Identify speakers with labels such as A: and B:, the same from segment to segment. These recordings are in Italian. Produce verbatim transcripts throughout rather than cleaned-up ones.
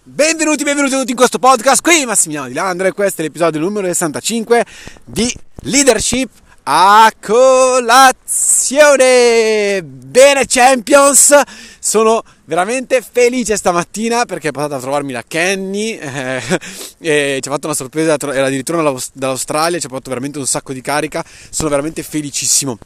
A: Benvenuti, benvenuti tutti in questo podcast, qui Massimiliano Di Landro e questo è l'episodio numero sessantacinque di Leadership a colazione. Bene Champions, sono veramente felice stamattina perché è passata a trovarmi la Kenny eh, e ci ha fatto una sorpresa, era addirittura dall'Australia, ci ha fatto veramente un sacco di carica, sono veramente felicissimo.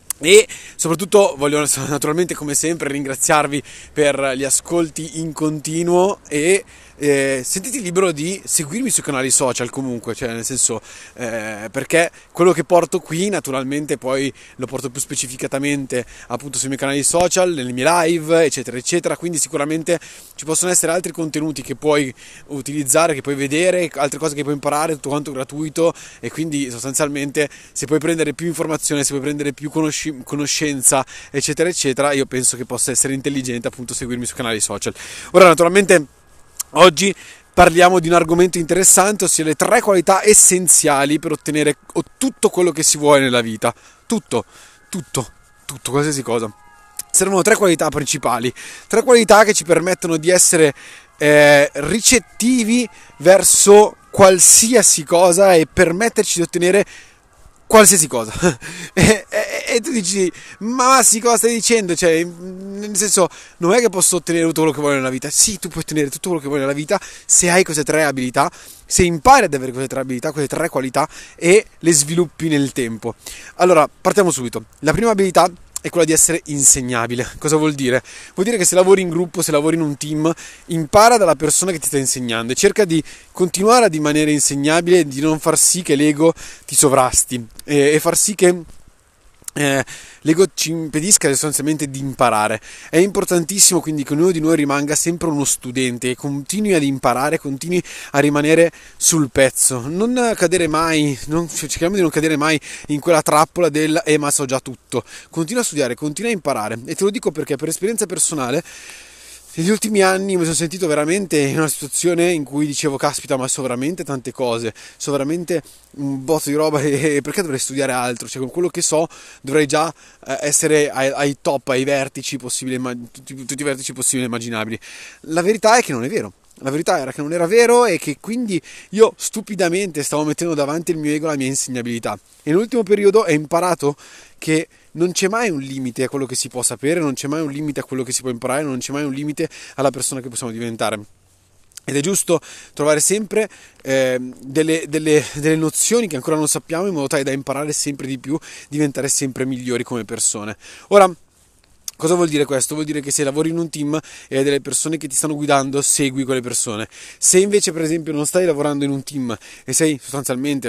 A: E soprattutto voglio naturalmente come sempre ringraziarvi per gli ascolti in continuo e eh, sentiti libero di seguirmi sui canali social comunque, cioè nel senso eh, perché quello che porto qui naturalmente poi lo porto più specificatamente appunto sui miei canali social, nelle mie live eccetera eccetera, quindi sicuramente ci possono essere altri contenuti che puoi utilizzare, che puoi vedere, altre cose che puoi imparare, tutto quanto gratuito, e quindi sostanzialmente se puoi prendere più informazione, se puoi prendere più conosci- conoscenza eccetera eccetera, io penso che possa essere intelligente appunto seguirmi sui canali social. Ora naturalmente oggi parliamo di un argomento interessante, ossia le tre qualità essenziali per ottenere tutto quello che si vuole nella vita. Tutto, tutto, tutto, qualsiasi cosa. Servono tre qualità principali, tre qualità che ci permettono di essere eh, ricettivi verso qualsiasi cosa e permetterci di ottenere qualsiasi cosa. e, e, e tu dici, ma sì, cosa stai dicendo? Cioè, nel senso, non è che posso ottenere tutto quello che voglio nella vita. Sì, tu puoi ottenere tutto quello che vuoi nella vita se hai queste tre abilità, se impari ad avere queste tre abilità, queste tre qualità e le sviluppi nel tempo. Allora, partiamo subito. La prima abilità è quella di essere insegnabile. Cosa vuol dire? Vuol dire che se lavori in gruppo, se lavori in un team, impara dalla persona che ti sta insegnando e cerca di continuare a rimanere insegnabile e di non far sì che l'ego ti sovrasti e, e far sì che eh, l'ego ci impedisca sostanzialmente di imparare. È importantissimo quindi che ognuno di noi rimanga sempre uno studente e continui ad imparare, continui a rimanere sul pezzo, non cadere mai, non, cerchiamo di non cadere mai in quella trappola del eh ma so già tutto. Continua a studiare, continua a imparare, e te lo dico perché per esperienza personale negli ultimi anni mi sono sentito veramente in una situazione in cui dicevo caspita, ma so veramente tante cose, so veramente un botto di roba e perché dovrei studiare altro? Cioè con quello che so dovrei già essere ai, ai top, ai vertici possibili, tutti, tutti i vertici possibili e immaginabili. La verità è che non è vero. La verità era che non era vero e che quindi io stupidamente stavo mettendo davanti il mio ego, la mia insegnabilità. E nell'ultimo periodo ho imparato che non c'è mai un limite a quello che si può sapere, non c'è mai un limite a quello che si può imparare, non c'è mai un limite alla persona che possiamo diventare. Ed è giusto trovare sempre eh, delle, delle, delle nozioni che ancora non sappiamo, in modo tale da imparare sempre di più, diventare sempre migliori come persone. Ora, cosa vuol dire questo? Vuol dire che se lavori in un team e hai delle persone che ti stanno guidando, segui quelle persone. Se invece per esempio non stai lavorando in un team e sei sostanzialmente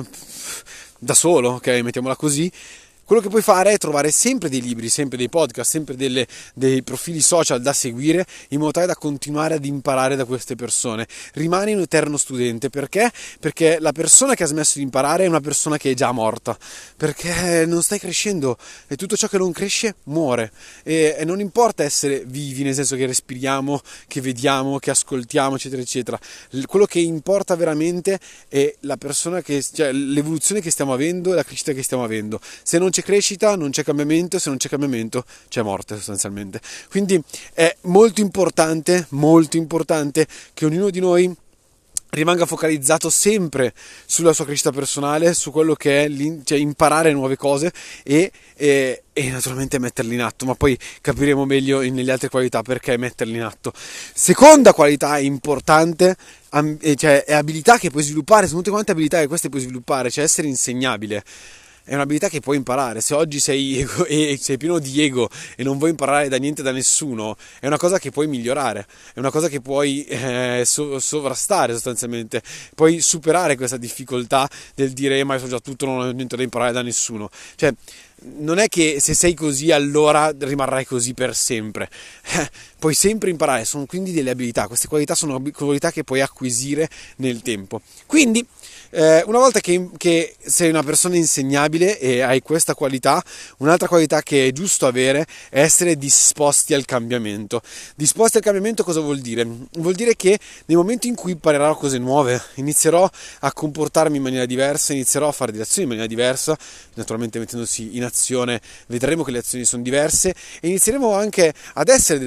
A: da solo, ok, mettiamola così, quello che puoi fare è trovare sempre dei libri, sempre dei podcast, sempre delle, dei profili social da seguire, in modo tale da continuare ad imparare da queste persone. Rimani un eterno studente. Perché? Perché la persona che ha smesso di imparare è una persona che è già morta, perché non stai crescendo e tutto ciò che non cresce muore. E, e non importa essere vivi, nel senso che respiriamo, che vediamo, che ascoltiamo, eccetera eccetera. Quello che importa veramente è la persona che, cioè l'evoluzione che stiamo avendo e la crescita che stiamo avendo. Se non c'è crescita, non c'è cambiamento, se non c'è cambiamento c'è morte sostanzialmente. Quindi è molto importante, molto importante che ognuno di noi rimanga focalizzato sempre sulla sua crescita personale, su quello che è cioè imparare nuove cose e, e, e naturalmente metterli in atto, ma poi capiremo meglio nelle altre qualità perché metterli in atto. Seconda qualità importante, cioè è abilità che puoi sviluppare, sono tutte quante abilità che queste puoi sviluppare, cioè essere insegnabile. È un'abilità che puoi imparare. Se oggi sei, ego, e sei pieno di ego e non vuoi imparare da niente da nessuno, è una cosa che puoi migliorare, è una cosa che puoi eh, so, sovrastare sostanzialmente, puoi superare questa difficoltà del dire eh, ma io so già tutto, non ho niente da imparare da nessuno. Cioè non è che se sei così allora rimarrai così per sempre, eh, puoi sempre imparare, sono quindi delle abilità, queste qualità sono qualità che puoi acquisire nel tempo. Quindi Eh, una volta che, che sei una persona insegnabile e hai questa qualità, un'altra qualità che è giusto avere è essere disposti al cambiamento. Disposti al cambiamento cosa vuol dire? Vuol dire che nel momento in cui imparerò cose nuove, inizierò a comportarmi in maniera diversa, inizierò a fare delle azioni in maniera diversa, naturalmente mettendosi in azione vedremo che le azioni sono diverse e inizieremo anche ad essere delle persone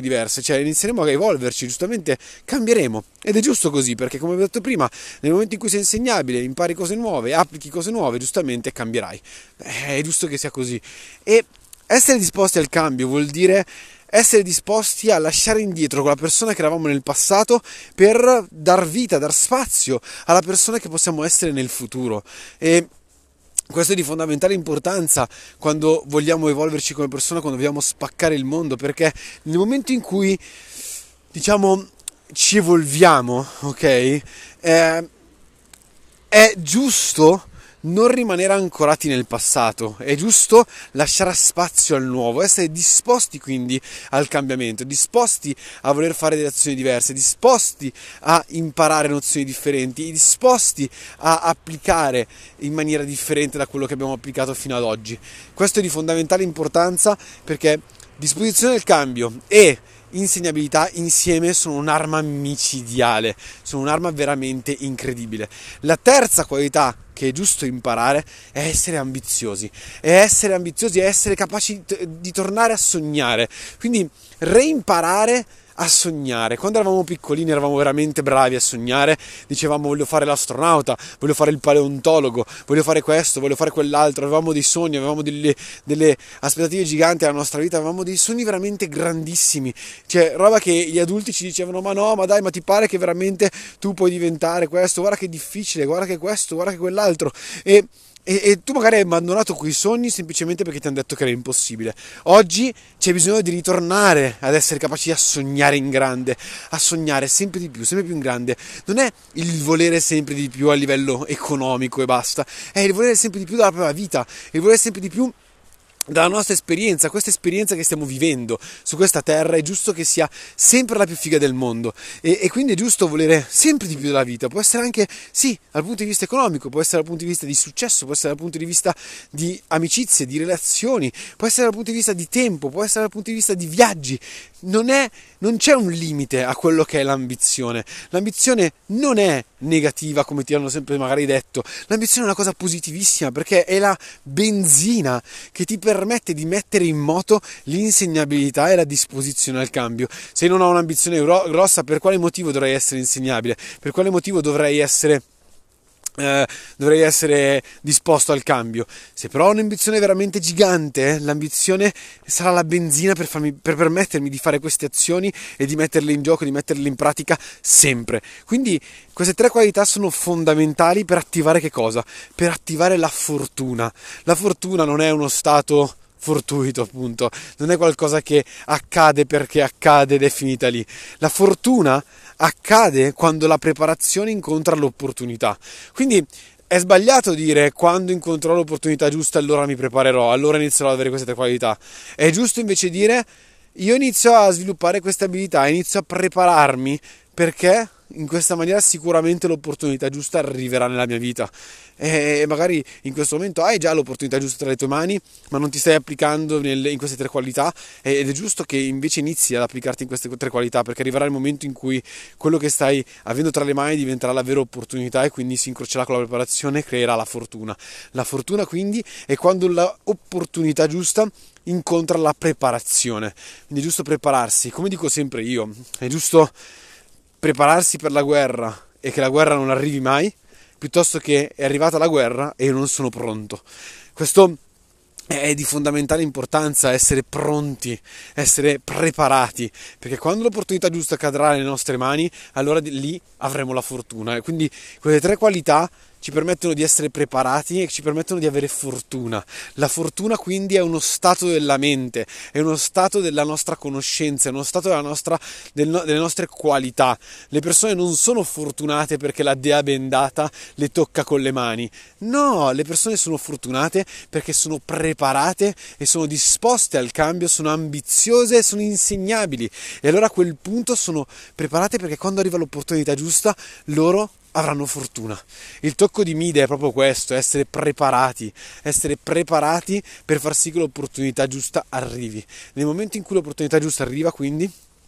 A: diverse, cioè inizieremo a evolverci, giustamente cambieremo, ed è giusto così, perché come ho detto prima, nel momento in cui sei insegnabile, impari cose nuove, applichi cose nuove, giustamente cambierai. È giusto che sia così. E essere disposti al cambio vuol dire essere disposti a lasciare indietro quella persona che eravamo nel passato per dar vita, dar spazio alla persona che possiamo essere nel futuro. E questo è di fondamentale importanza quando vogliamo evolverci come persona, quando vogliamo spaccare il mondo, perché nel momento in cui, diciamo, ci evolviamo, ok, eh, è giusto non rimanere ancorati nel passato, è giusto lasciare spazio al nuovo, essere disposti quindi al cambiamento, disposti a voler fare delle azioni diverse, disposti a imparare nozioni differenti, disposti a applicare in maniera differente da quello che abbiamo applicato fino ad oggi. Questo è di fondamentale importanza, perché disposizione al cambio e insegnabilità insieme sono un'arma micidiale, sono un'arma veramente incredibile. La terza qualità che è giusto imparare è essere ambiziosi, è essere ambiziosi, è essere capaci di tornare a sognare, quindi reimparare a sognare. Quando eravamo piccolini eravamo veramente bravi a sognare, dicevamo voglio fare l'astronauta, voglio fare il paleontologo, voglio fare questo, voglio fare quell'altro, avevamo dei sogni, avevamo delle, delle aspettative giganti alla nostra vita, avevamo dei sogni veramente grandissimi, cioè roba che gli adulti ci dicevano ma no, ma dai, ma ti pare che veramente tu puoi diventare questo, guarda che è difficile, guarda che questo, guarda che quell'altro, e E, e tu magari hai abbandonato quei sogni semplicemente perché ti hanno detto che era impossibile. Oggi c'è bisogno di ritornare ad essere capaci a sognare in grande, a sognare sempre di più, sempre più in grande. Non è il volere sempre di più a livello economico e basta, è il volere sempre di più dalla propria vita, il volere sempre di più dalla nostra esperienza. Questa esperienza che stiamo vivendo su questa terra è giusto che sia sempre la più figa del mondo, e, e quindi è giusto volere sempre di più della vita. Può essere anche, sì, dal punto di vista economico, può essere dal punto di vista di successo, può essere dal punto di vista di amicizie, di relazioni, può essere dal punto di vista di tempo, può essere dal punto di vista di viaggi. Non è, non c'è un limite a quello che è l'ambizione. L'ambizione non è negativa come ti hanno sempre magari detto, l'ambizione è una cosa positivissima, perché è la benzina che ti permette di mettere in moto l'insegnabilità e la disposizione al cambio. Se non ho un'ambizione grossa, per quale motivo dovrei essere insegnabile? Per quale motivo dovrei essere Eh, dovrei essere disposto al cambio? Se però ho un'ambizione veramente gigante, eh, l'ambizione sarà la benzina per, farmi, per permettermi di fare queste azioni e di metterle in gioco, di metterle in pratica sempre. Quindi queste tre qualità sono fondamentali per attivare che cosa? Per attivare la fortuna. La fortuna non è uno stato fortuito, appunto, non è qualcosa che accade perché accade ed è finita lì. La fortuna accade quando la preparazione incontra l'opportunità. Quindi è sbagliato dire quando incontrerò l'opportunità giusta allora mi preparerò, allora inizierò ad avere queste tre qualità. È giusto invece dire io inizio a sviluppare queste abilità, inizio a prepararmi, perché in questa maniera sicuramente l'opportunità giusta arriverà nella mia vita. E magari in questo momento hai già l'opportunità giusta tra le tue mani, ma non ti stai applicando nel, in queste tre qualità, ed è giusto che invece inizi ad applicarti in queste tre qualità, perché arriverà il momento in cui quello che stai avendo tra le mani diventerà la vera opportunità, e quindi si incrocerà con la preparazione e creerà la fortuna. La fortuna quindi è quando l'opportunità giusta incontra la preparazione. Quindi è giusto prepararsi, come dico sempre io, è giusto prepararsi per la guerra e che la guerra non arrivi mai, piuttosto che è arrivata la guerra e io non sono pronto. Questo è di fondamentale importanza, essere pronti, essere preparati, perché quando l'opportunità giusta cadrà nelle nostre mani, allora lì avremo la fortuna. E quindi quelle tre qualità ci permettono di essere preparati e ci permettono di avere fortuna. La fortuna quindi è uno stato della mente, è uno stato della nostra conoscenza, è uno stato della nostra, del no, delle nostre qualità. Le persone non sono fortunate perché la dea bendata le tocca con le mani. No, le persone sono fortunate perché sono preparate e sono disposte al cambio, sono ambiziose e sono insegnabili. E allora a quel punto sono preparate perché quando arriva l'opportunità giusta loro avranno fortuna. Il tocco di Mide è proprio questo, essere preparati, essere preparati per far sì che l'opportunità giusta arrivi. Nel momento in cui l'opportunità giusta arriva, quindi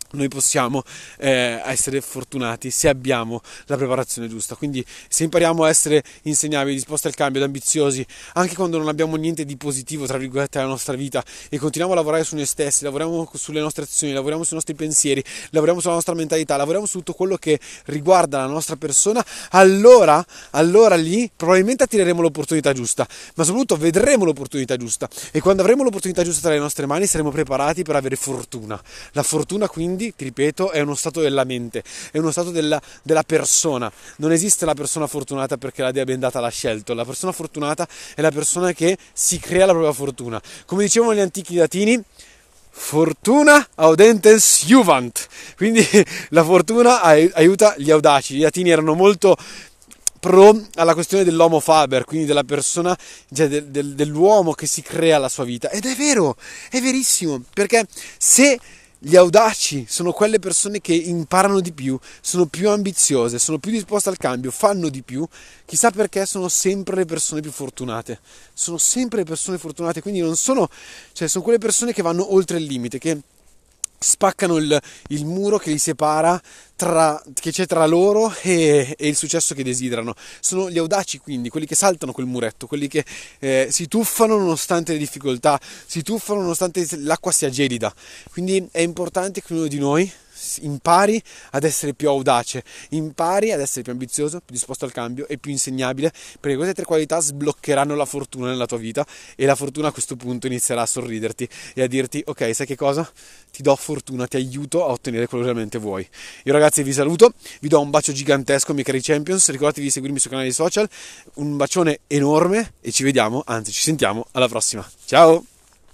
A: noi possiamo eh, essere fortunati se abbiamo la preparazione giusta. Quindi se impariamo a essere insegnabili, disposti al cambio, ed ambiziosi, anche quando non abbiamo niente di positivo tra virgolette nella nostra vita, e continuiamo a lavorare su noi stessi, lavoriamo sulle nostre azioni, lavoriamo sui nostri pensieri, lavoriamo sulla nostra mentalità, lavoriamo su tutto quello che riguarda la nostra persona, allora, allora lì probabilmente attireremo l'opportunità giusta, ma soprattutto vedremo l'opportunità giusta, e quando avremo l'opportunità giusta tra le nostre mani saremo preparati per avere fortuna. La fortuna, quindi, ti ripeto, è uno stato della mente, è uno stato della, della persona. Non esiste la persona fortunata perché la dea bendata l'ha scelto. La persona fortunata è la persona che si crea la propria fortuna. Come dicevano gli antichi latini, fortuna audentes juvant. Quindi la fortuna aiuta gli audaci. I latini erano molto pro alla questione dell'homo faber, quindi della persona, cioè del, del, dell'uomo che si crea la sua vita. Ed è vero, è verissimo, perché se gli audaci sono quelle persone che imparano di più, sono più ambiziose, sono più disposte al cambio, fanno di più, chissà perché sono sempre le persone più fortunate. Sono sempre le persone fortunate, quindi non sono, cioè sono quelle persone che vanno oltre il limite, che spaccano il, il muro che li separa, tra, che c'è tra loro e, e il successo che desiderano. Sono gli audaci, quindi, quelli che saltano quel muretto, quelli che eh, si tuffano nonostante le difficoltà, si tuffano nonostante l'acqua sia gelida. Quindi è importante che ognuno di noi impari ad essere più audace, impari ad essere più ambizioso, più disposto al cambio e più insegnabile, perché queste tre qualità sbloccheranno la fortuna nella tua vita, e la fortuna a questo punto inizierà a sorriderti e a dirti: ok, sai che cosa? Ti do fortuna, ti aiuto a ottenere quello che realmente vuoi. Io, ragazzi, vi saluto, vi do un bacio gigantesco, miei cari Champions, ricordatevi di seguirmi sui canali social, un bacione enorme e ci vediamo, anzi ci sentiamo alla prossima. Ciao!